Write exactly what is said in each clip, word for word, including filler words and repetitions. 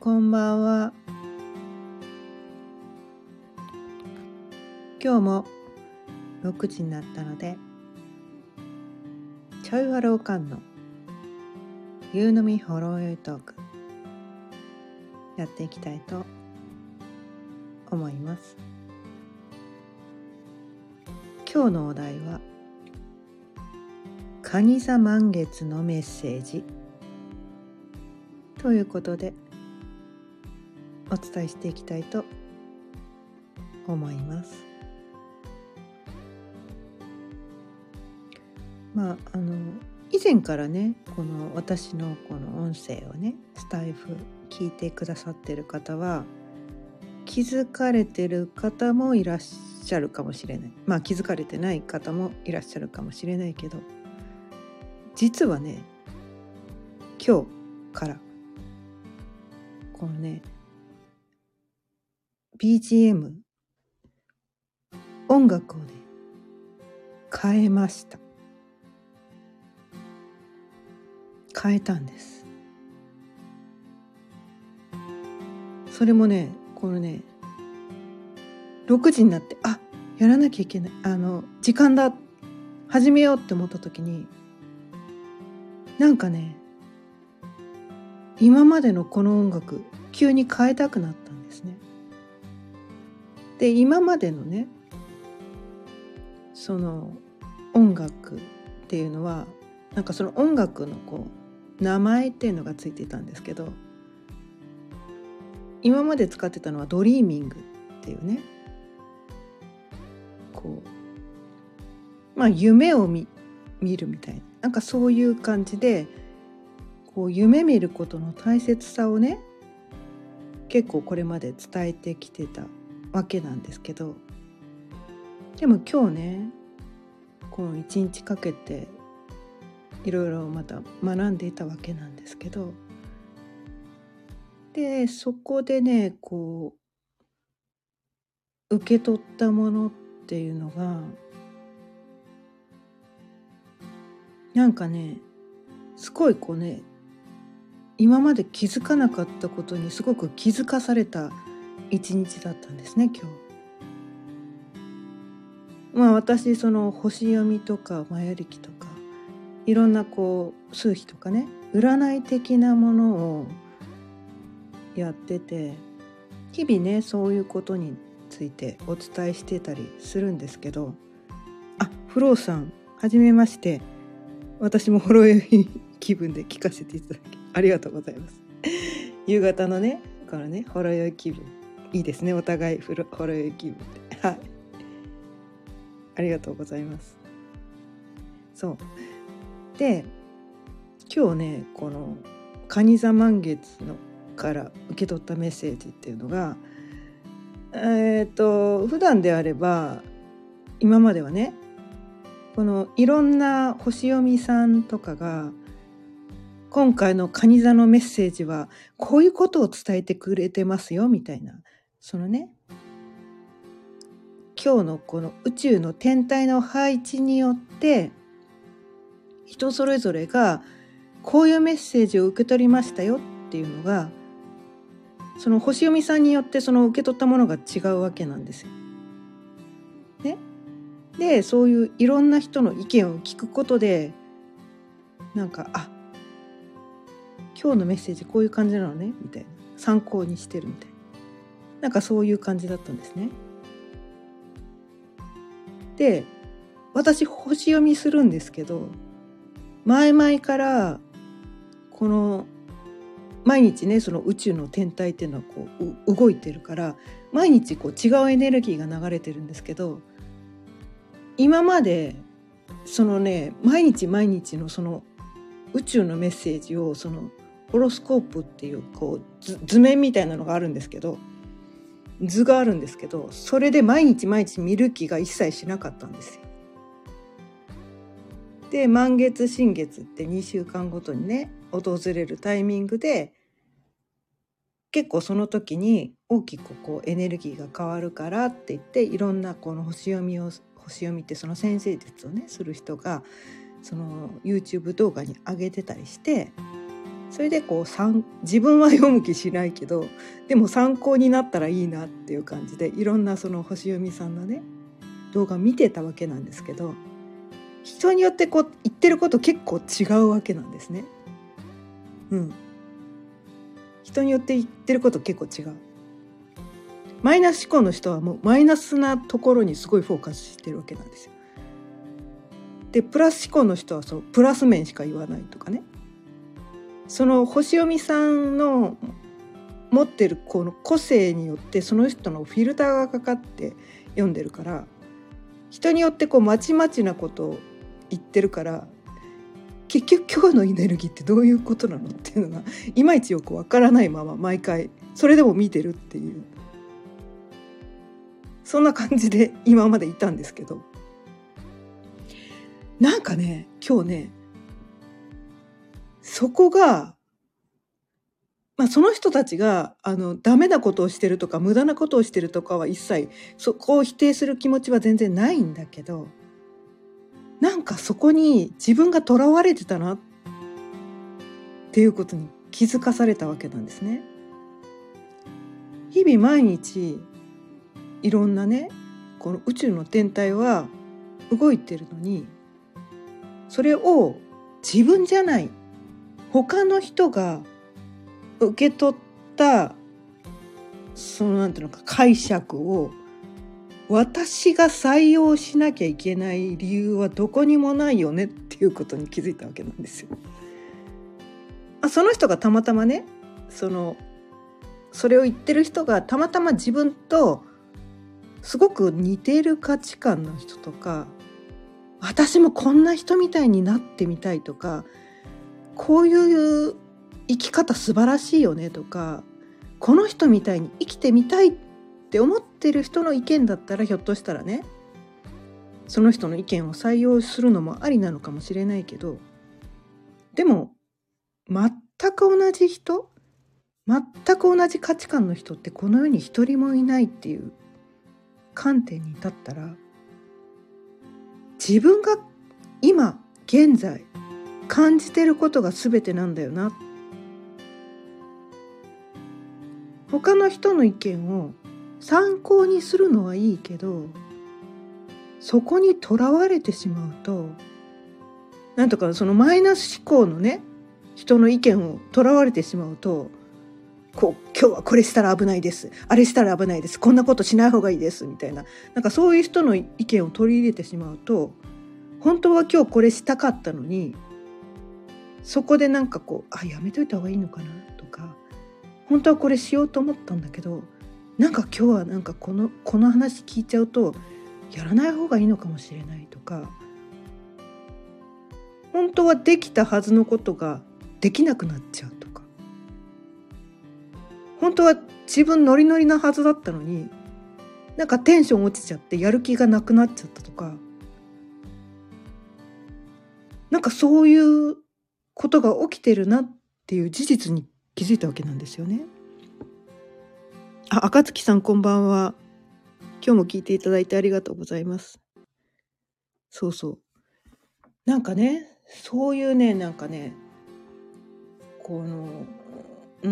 こんばんは。今日もろくじになったので、ちょいわろうかんの夕飲みほろ酔いトークやっていきたいと思います。今日のお題は蟹座満月のメッセージということでお伝えしていきたいと思います。まああの以前からね、この私のこの音声をね、スタイフ聞いてくださってる方は気づかれてる方もいらっしゃるかもしれない。まあ気づかれてない方もいらっしゃるかもしれないけど、実はね、今日からこのね ビージーエム 音楽をね変えました。変えたんです。それもね、このねろくじになって、あ、やらなきゃいけない、あの時間だ、始めようって思った時に、なんかね、今までのこの音楽急に変えたくなったんですね。で、今までのねその音楽っていうのは、なんかその音楽のこう名前っていうのがついていたんですけど、今まで使ってたのはドリーミングっていうね、こうまあ夢を 見, 見るみたいな、なんかそういう感じで、こう夢見ることの大切さをね、結構これまで伝えてきてたわけなんですけど、でも今日ね、この一日かけていろいろまた学んでいたわけなんですけど、でそこでね、こう受け取ったものっていうのが、なんかね、すごいこうね、今まで気づかなかったことにすごく気づかされた一日だったんですね、今日。まあ私、その星読みとかマヤ暦とかいろんなこう数秘とかね、占い的なものをやってて、日々ねそういうことについてお伝えしてたりするんですけど、あ、フローさん、はじめまして。私もほろ酔い気分で聞かせていただきありがとうございます。夕方のね、このね、ほろ酔い気分いいですね。お互いほろ酔い気分で、はい、ありがとうございます。そうで、今日ね、この蟹座満月のから受け取ったメッセージっていうのが、えっと普段であれば、今まではね、このいろんな星読みさんとかが、今回の蟹座のメッセージはこういうことを伝えてくれてますよみたいな、そのね、今日のこの宇宙の天体の配置によって人それぞれがこういうメッセージを受け取りましたよっていうのが、その星読みさんによってその受け取ったものが違うわけなんですよ。ね。で、そういういろんな人の意見を聞くことで、なんか、あ、今日のメッセージこういう感じなのねみたいな、参考にしてるみたいな、なんかそういう感じだったんですね。で、私星読みするんですけど、前々からこの毎日ね、その宇宙の天体っていうのはこう動いてるから、毎日こう違うエネルギーが流れてるんですけど、今までそのね、毎日毎日のその宇宙のメッセージを、そのホロスコープっていうこう図、図面みたいなのがあるんですけど、図があるんですけど、それで毎日毎日見る気が一切しなかったんですよ。で、満月新月ってにしゅうかんごとにね訪れるタイミングで、結構その時に大きくこうエネルギーが変わるからって言って、いろんなこの星読みを星読みってその先生術をねする人がその YouTube 動画に上げてたりして、 それでこう参自分は読む気しないけど、でも参考になったらいいなっていう感じで、いろんなその星読みさんのね動画見てたわけなんですけど、人によってこう言ってること結構違うわけなんですね。うん。人によって言ってること結構違う。マイナス思考の人はもうマイナスなところにすごいフォーカスしてるわけなんですよ。でプラス思考の人はそのプラス面しか言わないとかね。その星読みさんの持ってるこの個性によってその人のフィルターがかかって読んでるから、人によってこうまちまちなことを言ってるから、結局今日のエネルギーってどういうことなのっていうのがいまいちよくわからないまま毎回それでも見てるっていう、そんな感じで今までいたんですけど、なんかね今日ねそこが、まあ、その人たちがあのダメなことをしてるとか無駄なことをしてるとかは一切そこを否定する気持ちは全然ないんだけど、なんかそこに自分がとらわれてたなっていうことに気づかされたわけなんですね。日々毎日いろんなねこの宇宙の天体は動いてるのに、それを自分じゃない他の人が受け取ったそのなんていうのか解釈を私が採用しなきゃいけない理由はどこにもないよねっていうことに気づいたわけなんですよ。あその人がたまたまねそのそれを言ってる人がたまたま自分とすごく似ている価値観の人とか、私もこんな人みたいになってみたいとか、こういう生き方素晴らしいよねとか、この人みたいに生きてみたいって思ってる人の意見だったら、ひょっとしたらねその人の意見を採用するのもありなのかもしれないけど、でも全く同じ人全く同じ価値観の人ってこの世に一人もいないっていう観点に立ったら、自分が今現在感じてることが全てなんだよな。他の人の意見を参考にするのはいいけど、そこにとらわれてしまうと、なんとかそのマイナス思考のね人の意見をとらわれてしまうと、こう今日はこれしたら危ないです、あれしたら危ないです、こんなことしない方がいいですみたいな、なんかそういう人の意見を取り入れてしまうと、本当は今日これしたかったのに、そこでなんかこうあやめといた方がいいのかなとか、本当はこれしようと思ったんだけど、なんか今日はなんかこのこの話聞いちゃうとやらない方がいいのかもしれないとか、本当はできたはずのことができなくなっちゃうとか、本当は自分ノリノリなはずだったのになんかテンション落ちちゃってやる気がなくなっちゃったとか、なんかそういうことが起きてるなっていう事実に気づいたわけなんですよね。あ、赤月さんこんばんは。今日も聞いていただいてありがとうございます。そうそう。なんかね、そういうね、なんかね、この、うん、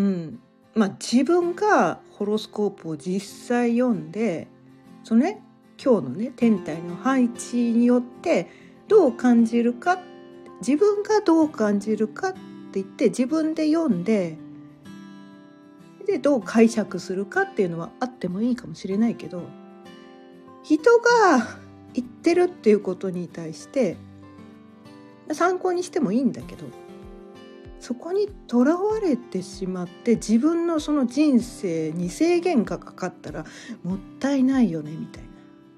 まあ自分がホロスコープを実際読んで、そのね、今日のね、天体の配置によってどう感じるか、自分がどう感じるかって言って自分で読んで、でどう解釈するかっていうのはあってもいいかもしれないけど、人が言ってるっていうことに対して参考にしてもいいんだけど、そこにとらわれてしまって自分のその人生に制限がかかったらもったいないよねみたいな。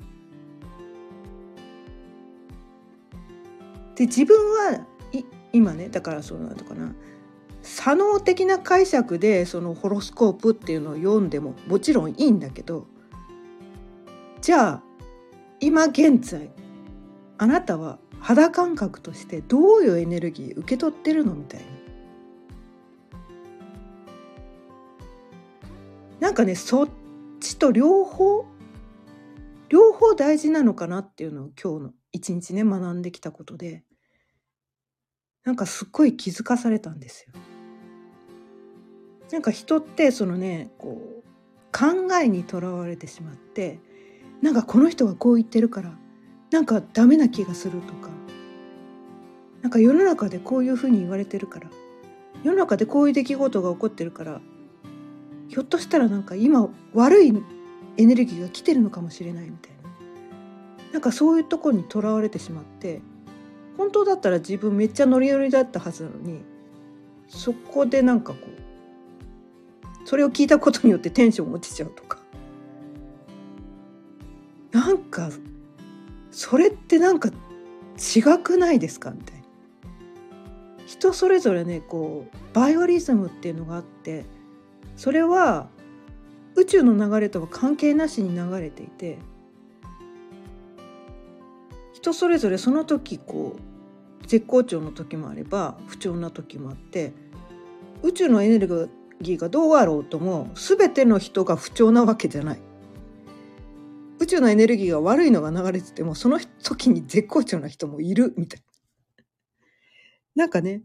で自分はい今ね、だからそうなんとかな、左脳的な解釈でそのホロスコープっていうのを読んでももちろんいいんだけど、じゃあ今現在あなたは肌感覚としてどういうエネルギー受け取ってるのみたいな。なんかね、そっちと両方両方大事なのかなっていうのを今日の一日ね学んできたことで、なんかすっごい気づかされたんですよ。 なんか人ってそのねこう考えにとらわれてしまって、なんかこの人がこう言ってるからなんかダメな気がするとか、なんか世の中でこういうふうに言われてるから、世の中でこういう出来事が起こってるから、ひょっとしたらなんか今悪いエネルギーが来てるのかもしれないみたいな、なんかそういうところにとらわれてしまって、本当だったら自分めっちゃノリノリだったはずなのに、そこでなんかこうそれを聞いたことによってテンション落ちちゃうとか、なんかそれってなんか違くないですかみたいな。人それぞれねこうバイオリズムっていうのがあって、それは宇宙の流れとは関係なしに流れていて、人それぞれその時こう絶好調の時もあれば不調な時もあって、宇宙のエネルギーがどうあろうとも全ての人が不調なわけじゃない。宇宙のエネルギーが悪いのが流れててもその時に絶好調な人もいるみたいな。なんかね、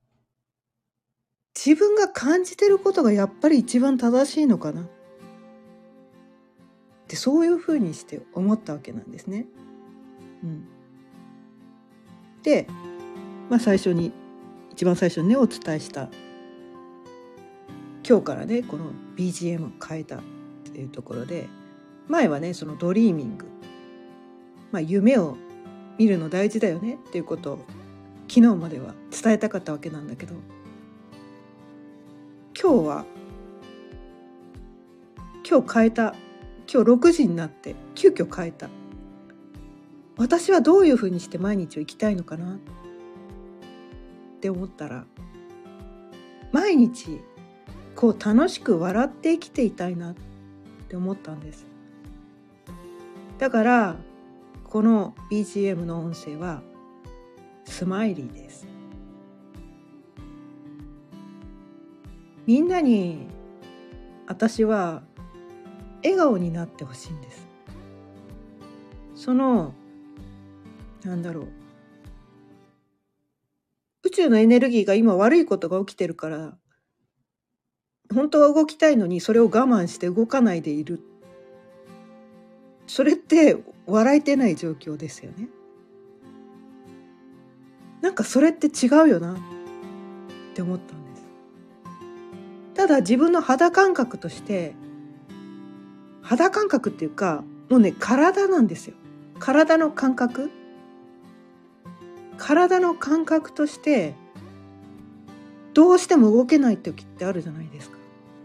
自分が感じてることがやっぱり一番正しいのかなってそういうふうにして思ったわけなんですね。うん、で、まあ、最初に一番最初にねお伝えした今日からねこの ビージーエム を変えたっていうところで、前はねそのドリーミング、まあ、夢を見るの大事だよねっていうことを昨日までは伝えたかったわけなんだけど、今日は今日変えた、今日ろくじになって急遽変えた。私はどういうふうにして毎日を生きたいのかなって思ったら、毎日こう楽しく笑って生きていたいなって思ったんです。だからこの ビージーエム の音声はスマイリーです。みんなに私は笑顔になってほしいんです。そのなんだろう、宇宙のエネルギーが今悪いことが起きてるから本当は動きたいのにそれを我慢して動かないでいる、それって笑えてない状況ですよね。なんかそれって違うよなって思ったんです。ただ自分の肌感覚として、肌感覚っていうかもうね体なんですよ。体の感覚体の感覚としてどうしても動けない時ってあるじゃないですか。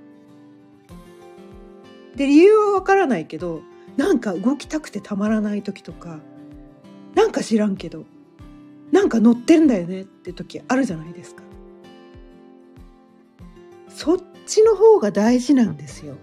で理由はわからないけど、なんか動きたくてたまらない時とか、なんか知らんけどなんか乗ってんだよねって時あるじゃないですか。そっちの方が大事なんですよ。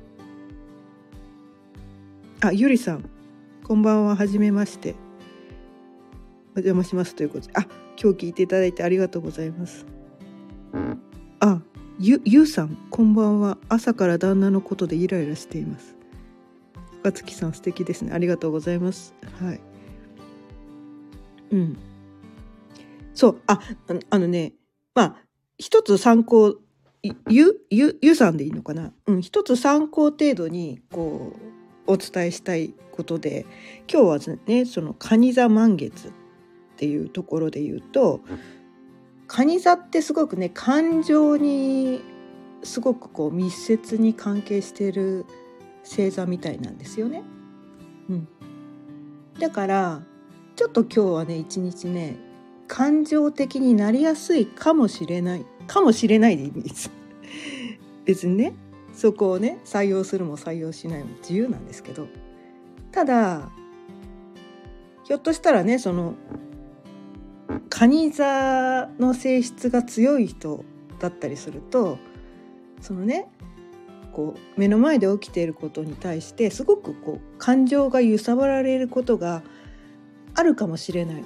あ、ゆりさんこんばんは、はじめまして、お邪魔しますということで、あ、今日聞いていただいてありがとうございます。あ、ゆゆうさんこんばんは、朝から旦那のことでイライラしています。赤月さん素敵ですね、ありがとうございます。はい、うん、そうああのね、まあ一つ参考、ゆゆゆさんでいいのかな、うん、一つ参考程度にこうお伝えしたいことで、今日はねその蟹座満月っていうところで言うと、蟹座ってすごくね感情にすごくこう密接に関係している星座みたいなんですよね。うん、だからちょっと今日はね一日ね感情的になりやすいかもしれないかもしれないでいいんです別にねそこをね採用するも採用しないも自由なんですけど、ただひょっとしたらねその蟹座の性質が強い人だったりすると、そのねこう目の前で起きていることに対してすごくこう感情が揺さぶられることがあるかもしれない。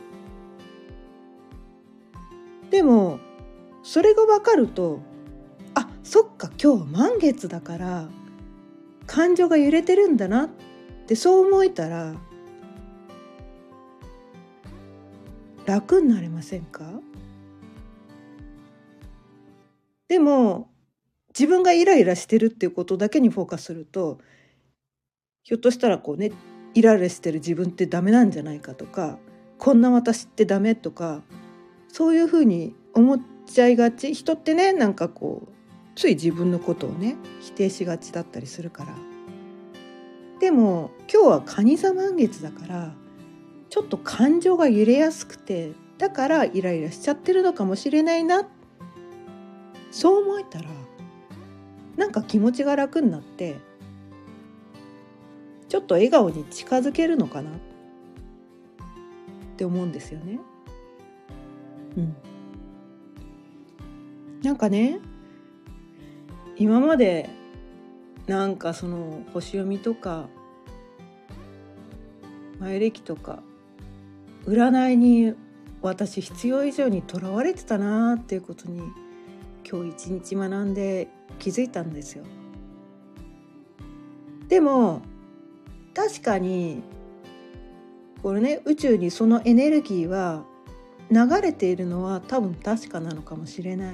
でもそれが分かると、あ、そっか今日は満月だから感情が揺れてるんだなってそう思えたら楽になれませんか？でも自分がイライラしてるっていうことだけにフォーカスすると、ひょっとしたらこうね、イライラしてる自分ってダメなんじゃないかとか、こんな私ってダメとか、そういうふうに思っちゃいがち。人ってね、なんかこうつい自分のことをね否定しがちだったりするから。でも今日は蟹座満月だから、ちょっと感情が揺れやすくて、だからイライラしちゃってるのかもしれないな、そう思えたらなんか気持ちが楽になって、ちょっと笑顔に近づけるのかなって思うんですよね。うん。なんかね、今までなんかその星読みとか前歴とか占いに私必要以上にとらわれてたなっていうことに今日一日学んで気づいたんですよ。でも確かにこれね、宇宙にそのエネルギーは流れているのは多分確かなのかもしれない。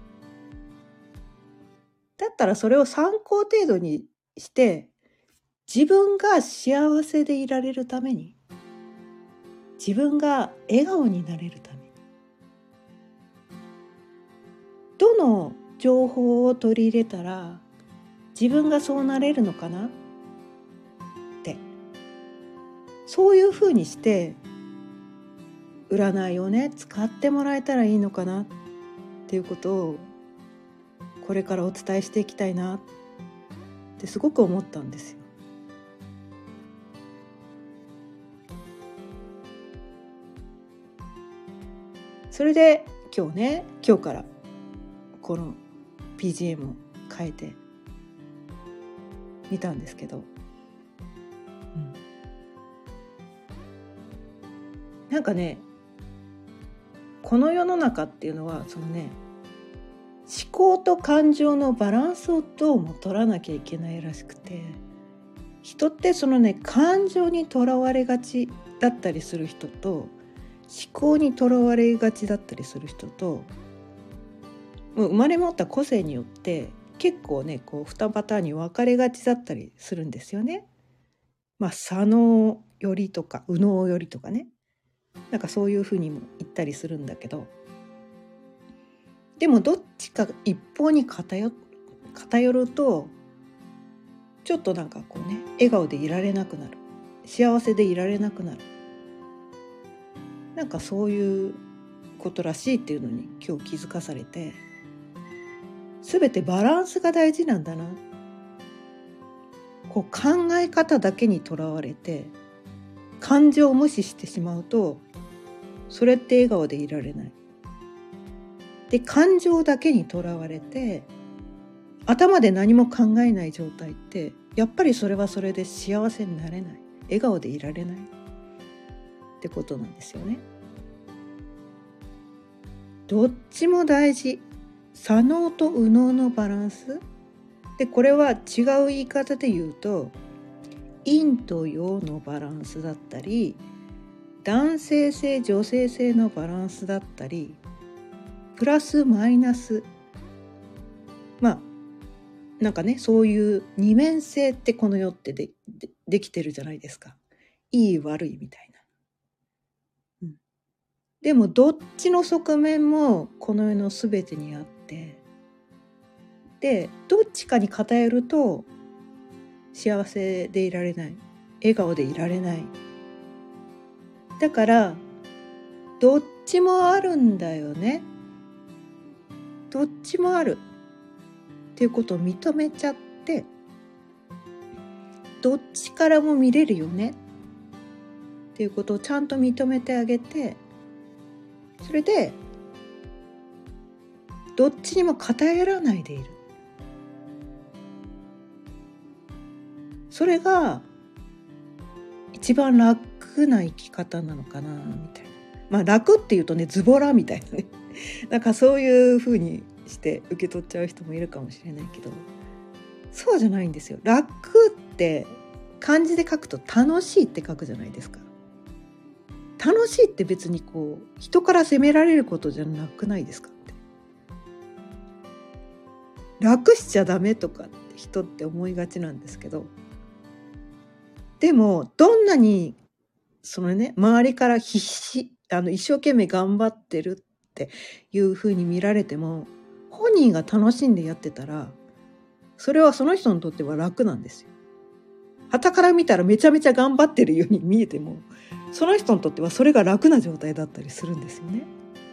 だったらそれを参考程度にして自分が幸せでいられるために、自分が笑顔になれるために、どの情報を取り入れたら自分がそうなれるのかなって、そういうふうにして占いをね使ってもらえたらいいのかなっていうことをこれからお伝えしていきたいなってすごく思ったんですよ。それで今日ね、今日からこの ビージーエム を変えてみたんですけど、うん、なんかね、この世の中っていうのはそのね、思考と感情のバランスをどうも取らなきゃいけないらしくて、人ってそのね、感情にとらわれがちだったりする人と、思考にとらわれがちだったりする人と、もう生まれ持った個性によって結構ね、こうにパターンに分かれがちだったりするんですよね。まあ左脳よりとか右脳よりとかね、なんかそういうふうにも言ったりするんだけど、でもどっちか一方に偏偏るとちょっとなんかこうね、笑顔でいられなくなる、幸せでいられなくなる、なんかそういうことらしいっていうのに今日気づかされて、全てバランスが大事なんだな。こう考え方だけにとらわれて感情を無視してしまうと、それって笑顔でいられない。で、感情だけにとらわれて頭で何も考えない状態って、やっぱりそれはそれで幸せになれない、笑顔でいられないってことなんですよね。どっちも大事。左脳と右脳のバランスで、これは違う言い方で言うと陰と陽のバランスだったり、男性性女性性のバランスだったり、プラスマイナス、まあなんかね、そういう二面性ってこの世って で, で, できてるじゃないですか。いい悪いみたいな、うん、でもどっちの側面もこの世のすべてにあって、でどっちかに偏ると幸せでいられない、笑顔でいられない。だからどっちもあるんだよね、どっちもあるっていうことを認めちゃって、どっちからも見れるよねっていうことをちゃんと認めてあげて、それでどっちにも偏らないでいる、それが一番楽な生き方なのかなみたいな。まあ楽っていうとね、ズボラみたいなねなんかそういう風にして受け取っちゃう人もいるかもしれないけど、そうじゃないんですよ。楽って漢字で書くと楽しいって書くじゃないですか。楽しいって別にこう人から責められることじゃなくないですかって。 楽しちゃダメとかって人って思いがちなんですけど、でもどんなにそのね周りから必死あの一生懸命頑張ってるっていう風に見られても、本人が楽しんでやってたらそれはその人にとっては楽なんですよ。傍から見たらめちゃめちゃ頑張ってるように見えても、その人にとってはそれが楽な状態だったりするんですよね。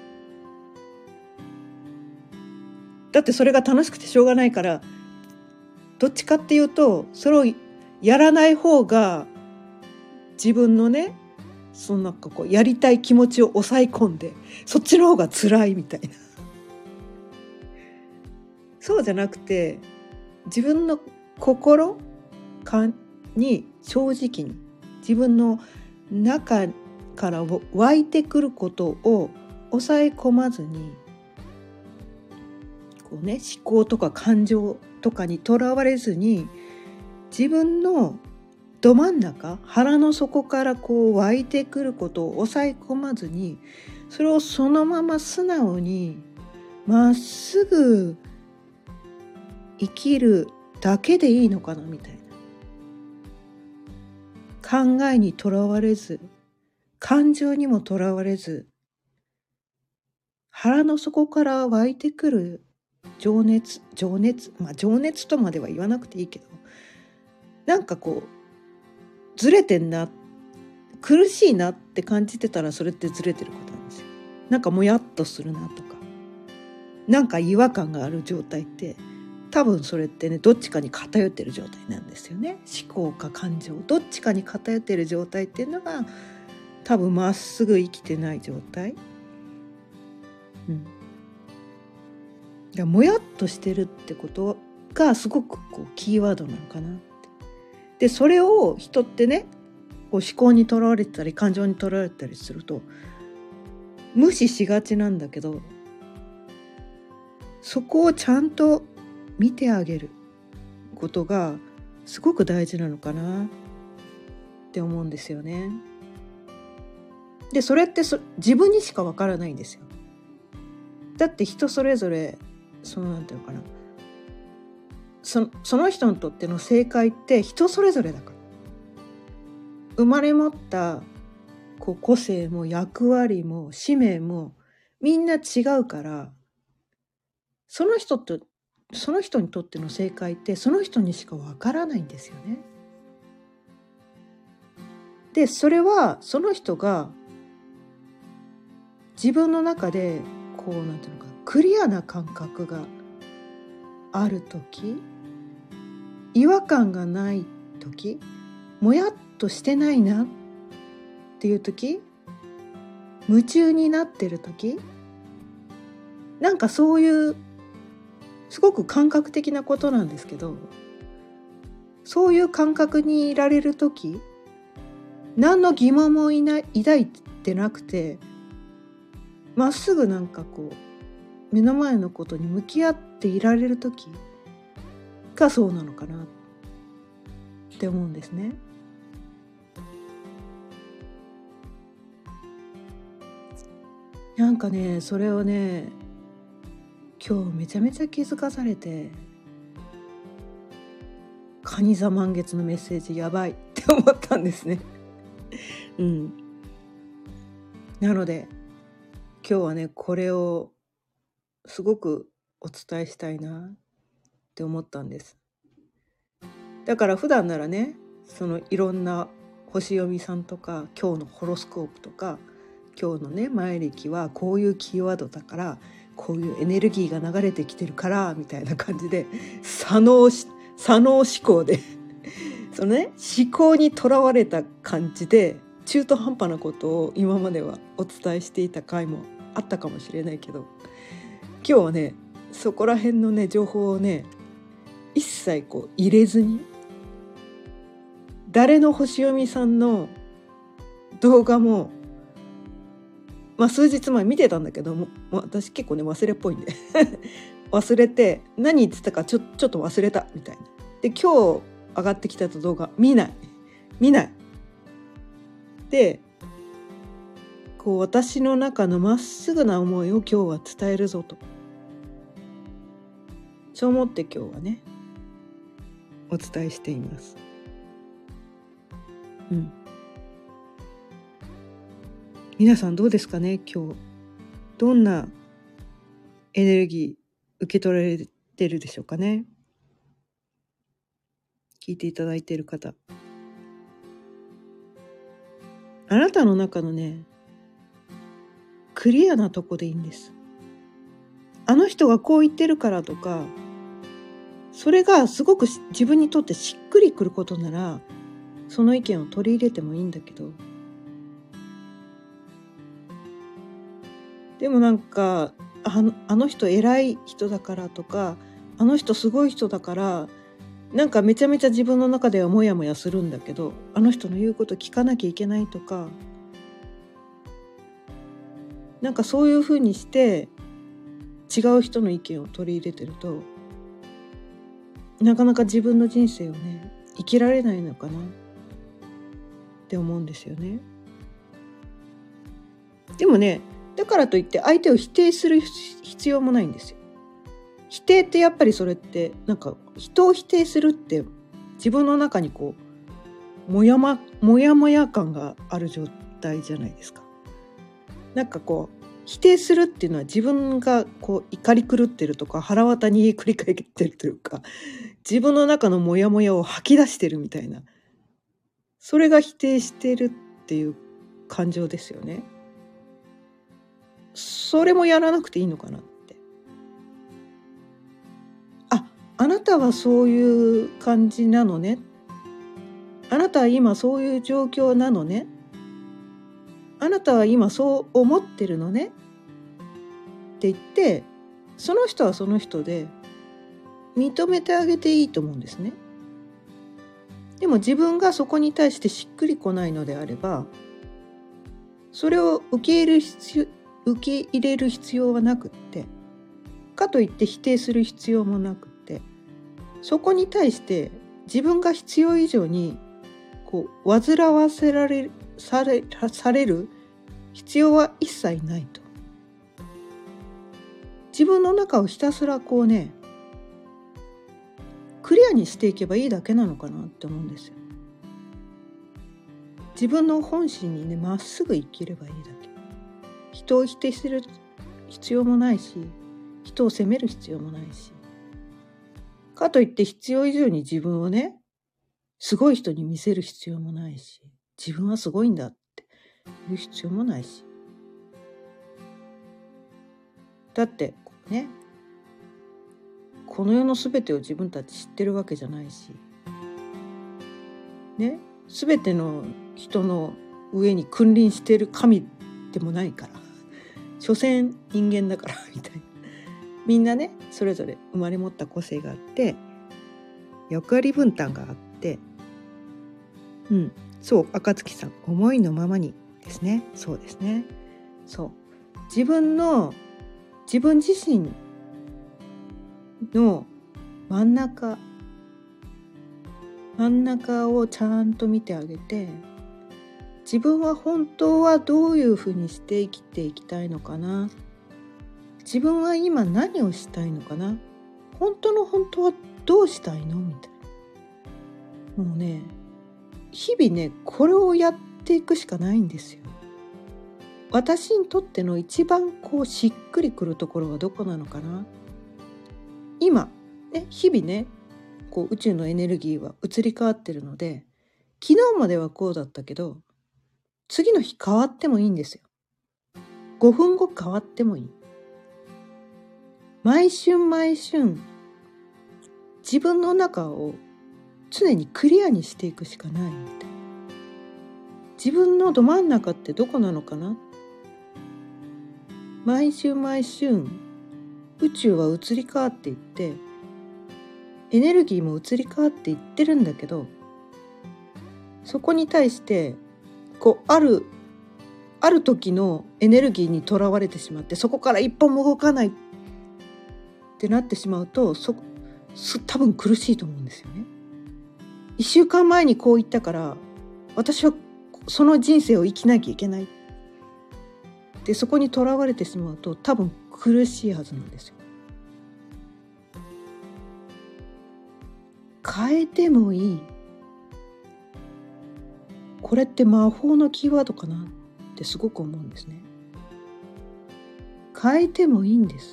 だってそれが楽しくてしょうがないから、どっちかっていうとそれをやらない方が自分のね、そのなんかこうやりたい気持ちを抑え込んで、そっちの方が辛いみたいな。そうじゃなくて、自分の心に正直に自分の中から湧いてくることを抑え込まずに、こうね、思考とか感情とかにとらわれずに、自分のど真ん中、腹の底からこう湧いてくることを抑え込まずに、それをそのまま素直にまっすぐ生きるだけでいいのかなみたいな。考えにとらわれず、感情にもとらわれず、腹の底から湧いてくる情熱、情熱、まあ情熱とまでは言わなくていいけど、なんかこうずれてんな、苦しいなって感じてたら、それってずれてることなんですよ。なんかもやっとするなとか、なんか違和感がある状態って、多分それってね、どっちかに偏ってる状態なんですよね。思考か感情、どっちかに偏ってる状態っていうのが多分まっすぐ生きてない状態。うん。だからもやっとしてるってことがすごくこうキーワードなのかなって。でそれを人ってね、こう思考にとらわれたり感情にとらわれたりすると無視しがちなんだけど、そこをちゃんと見てあげることがすごく大事なのかなって思うんですよね。でそれってそ自分にしかわからないんですよ。だって人それぞれ、そのなんていうのかな、そ, その人にとっての正解って人それぞれだから、生まれ持ったこう個性も役割も使命もみんな違うから、その人とその人にとっての正解ってその人にしかわからないんですよね。でそれはその人が自分の中でこうなんていうのか、クリアな感覚があるとき、違和感がないとき、もやっとしてないなっていうとき、夢中になってるとき、なんかそういうすごく感覚的なことなんですけど、そういう感覚にいられるとき、何の疑問もいない抱いてなくて、まっすぐなんかこう目の前のことに向き合っていられるときがそうなのかなって思うんですね。なんかね、それをね、今日めちゃめちゃ気づかされて、蟹座満月のメッセージやばいって思ったんですね。うん。なので今日はね、これをすごくお伝えしたいなって思ったんです。だから普段ならね、そのいろんな星読みさんとか、今日のホロスコープとか、今日のね前歴はこういうキーワードだから、こういうエネルギーが流れてきてるからみたいな感じで、左脳し左脳思考でそのね思考にとらわれた感じで中途半端なことを今まではお伝えしていた回もあったかもしれないけど、今日はねそこら辺のね情報をね一切こう入れずに、誰の星読みさんの動画もまあ数日前見てたんだけども、私結構ね忘れっぽいんで忘れて、何言ってたかちょちょっと忘れたみたいな。で今日上がってきた動画見ない見ないで、こう私の中のまっすぐな思いを今日は伝えるぞと、 そう思って今日はねお伝えしています。うん。皆さんどうですかね。今日どんなエネルギー受け取られてるでしょうかね。聞いていただいている方、あなたの中のねクリアなとこでいいんです。あの人がこう言ってるからとか、それがすごく自分にとってしっくりくることならその意見を取り入れてもいいんだけど、でもなんか あの、あの人偉い人だからとか、あの人すごい人だからなんかめちゃめちゃ自分の中ではモヤモヤするんだけど、あの人の言うこと聞かなきゃいけないとか、なんかそういうふうにして違う人の意見を取り入れてると、なかなか自分の人生をね生きられないのかなって思うんですよね。でもね、だからといって相手を否定する必要もないんですよ。否定ってやっぱりそれってなんか人を否定するって自分の中にこうもやまもやもや感がある状態じゃないですか。なんかこう否定するっていうのは自分がこう怒り狂ってるとか腹渡に繰り返ってるというか、自分の中のモヤモヤを吐き出してるみたいな、それが否定してるっていう感情ですよね。それもやらなくていいのかなって。あ、あなたはそういう感じなのね。あなたは今そういう状況なのね。あなたは今そう思ってるのねって言って、その人はその人で認めてあげていいと思うんですね。でも自分がそこに対してしっくりこないのであれば、それを受け入れる必要、受け入れる必要はなくって、かといって否定する必要もなくって、そこに対して自分が必要以上にこう煩わせられされされる必要は一切ないと。自分の中をひたすらこうねクリアにしていけばいいだけなのかなって思うんですよ。自分の本心にねまっすぐ生きればいいだけ。人を否定する必要もないし、人を責める必要もないし、かといって必要以上に自分をねすごい人に見せる必要もないし、自分はすごいんだって言う必要もないし、だってねこの世のすべてを自分たち知ってるわけじゃないしね、すべての人の上に君臨してる神でもないから、所詮人間だからみたいな。みんなねそれぞれ生まれ持った個性があって役割分担があって、うん、そう暁さん思いのままにですね。そうですね。そう自分の自分自身の真ん中真ん中をちゃんと見てあげて、自分は本当はどういうふうにして生きていきたいのかな、自分は今何をしたいのかな、本当の本当はどうしたいのみたいな。もうね日々ねこれをやっていくしかないんですよ。私にとっての一番こうしっくりくるところはどこなのかな。今ね日々ねこう宇宙のエネルギーは移り変わってるので、昨日まではこうだったけど次の日変わってもいいんですよ。ごふんご変わってもいい。毎春毎春自分の中を常にクリアにしていくしかないみたいな。自分のど真ん中ってどこなのかな。毎春毎春宇宙は移り変わっていってエネルギーも移り変わっていってるんだけど、そこに対してこうあるある時のエネルギーにとらわれてしまって、そこから一歩も動かないってなってしまうと、そ多分苦しいと思うんですよね。一週間前にこう言ったから私はその人生を生きなきゃいけないで、そこにとらわれてしまうと多分苦しいはずなんですよ。 変えてもいい。これって魔法のキーワードかなってすごく思うんですね。変えてもいいんです。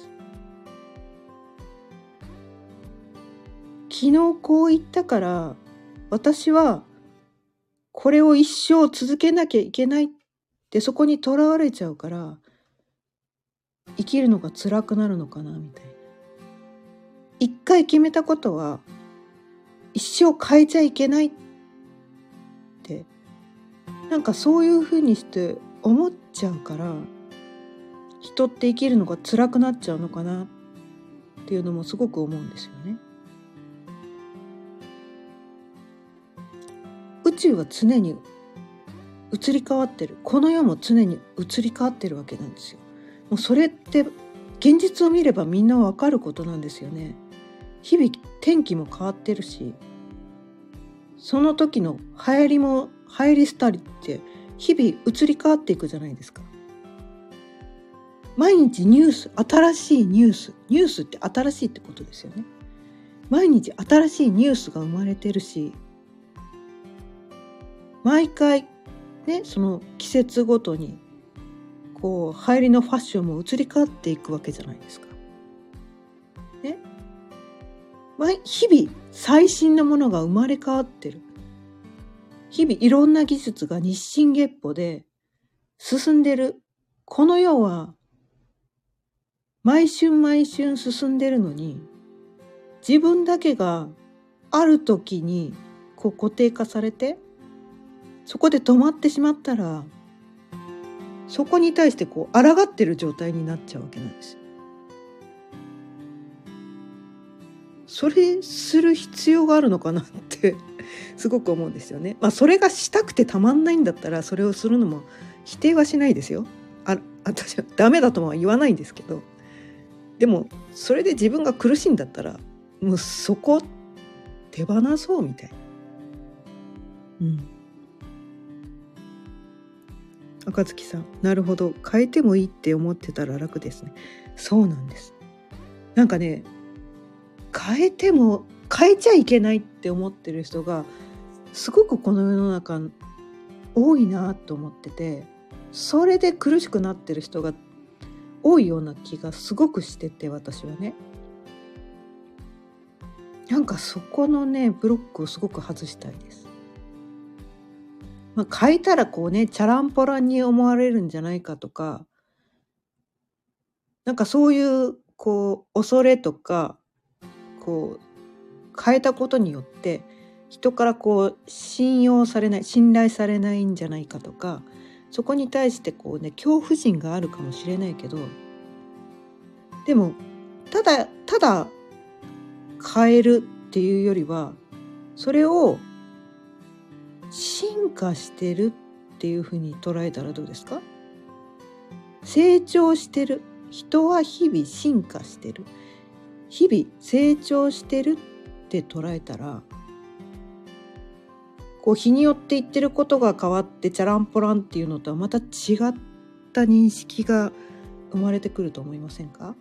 昨日こう言ったから私はこれを一生続けなきゃいけないってそこにとらわれちゃうから生きるのが辛くなるのかなみたいな。一回決めたことは一生変えちゃいけないってなんかそういうふうにして思っちゃうから人って生きるのが辛くなっちゃうのかなっていうのもすごく思うんですよね。宇宙は常に移り変わってる。この世も常に移り変わってるわけなんですよ。もうそれって現実を見ればみんなわかることなんですよね。日々天気も変わってるし、その時の流行りも流行り廃りって日々移り変わっていくじゃないですか。毎日ニュース、新しいニュース、ニュースって新しいってことですよね。毎日新しいニュースが生まれてるし、毎回ね、その季節ごとにこう流行りのファッションも移り変わっていくわけじゃないですか。ね、毎日々最新のものが生まれ変わってる。日々いろんな技術が日進月歩で進んでる。この世は毎春毎春進んでるのに、自分だけがある時にこう固定化されて、そこで止まってしまったら、そこに対してこう抗ってる状態になっちゃうわけなんですよ。それする必要があるのかなってすごく思うんですよね。まあそれがしたくてたまんないんだったらそれをするのも否定はしないですよ。あ、私はダメだとは言わないんですけど、でもそれで自分が苦しいんだったらもうそこ手放そうみたいな。うん。赤月さん、なるほど、変えてもいいって思ってたら楽ですね。そうなんです。なんかね、変えても変えちゃいけないって思ってる人がすごくこの世の中多いなと思ってて、それで苦しくなってる人が多いような気がすごくしてて、私はね、なんかそこのねブロックをすごく外したいです。まあ、変えたらこうねチャランポランに思われるんじゃないかとか、なんかそういうこう恐れとか、こう変えたことによって人からこう信用されない、信頼されないんじゃないかとか、そこに対してこうね恐怖心があるかもしれないけど、でもただただ変えるっていうよりは、それを進化してるっていうふうに捉えたらどうですか？成長してる。人は日々進化してる。日々成長してるって捉えたら、こう日によって言ってることが変わってチャランポランっていうのとはまた違った認識が生まれてくると思いませんか？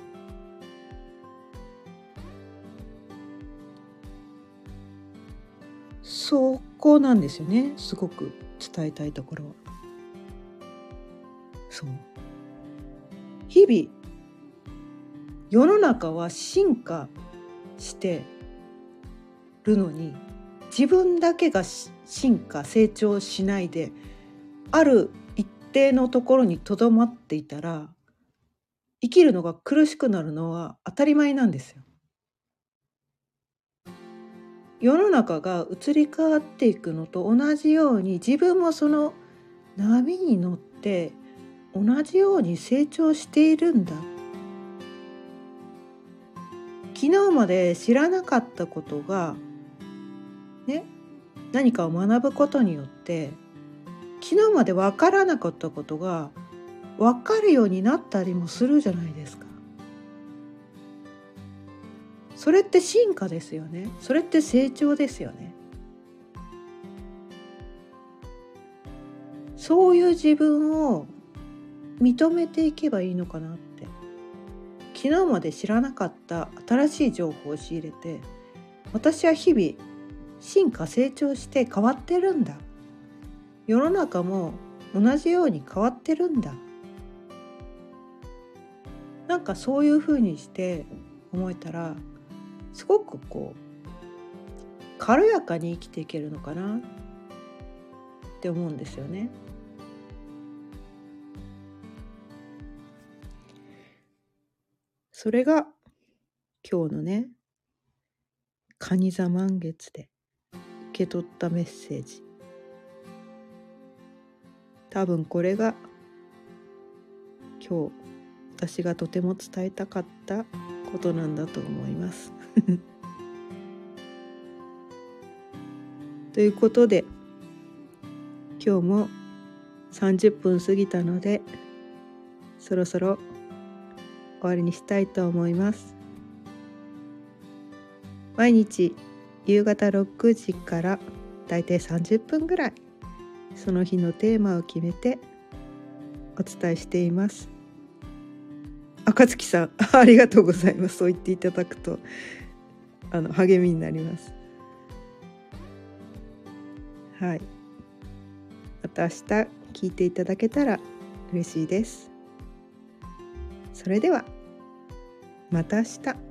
そこなんですよね。すごく伝えたいところは。そう。日々世の中は進化してるのに、自分だけが進化成長しないである一定のところにとどまっていたら、生きるのが苦しくなるのは当たり前なんですよ。世の中が移り変わっていくのと同じように、自分もその波に乗って同じように成長しているんだ。昨日まで知らなかったことがね、何かを学ぶことによって昨日まで分からなかったことが分かるようになったりもするじゃないですか。それって進化ですよね。それって成長ですよね。そういう自分を認めていけばいいのかなって。昨日まで知らなかった新しい情報を仕入れて、 私は日々進化成長して変わってるんだ。世の中も同じように変わってるんだ。なんかそういうふうにして思えたら、すごくこう軽やかに生きていけるのかなって思うんですよね。それが今日のね、蟹座満月で受け取ったメッセージ。多分これが今日私がとても伝えたかったことなんだと思いますということで、今日もさんじゅっぷん過ぎたので、そろそろ終わりにしたいと思います。毎日夕方ろくじからだいたいさんじゅっぷんぐらい、その日のテーマを決めてお伝えしています。赤月さん、ありがとうございます。そう言っていただくとあの励みになります。はい、また明日聞いていただけたら嬉しいです。それではまた明日。あ、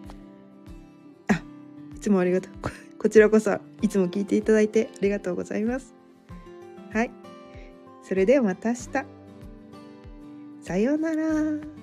いつもありがとう。こちらこそいつも聞いていただいてありがとうございます。はい、それではまた明日。さようなら。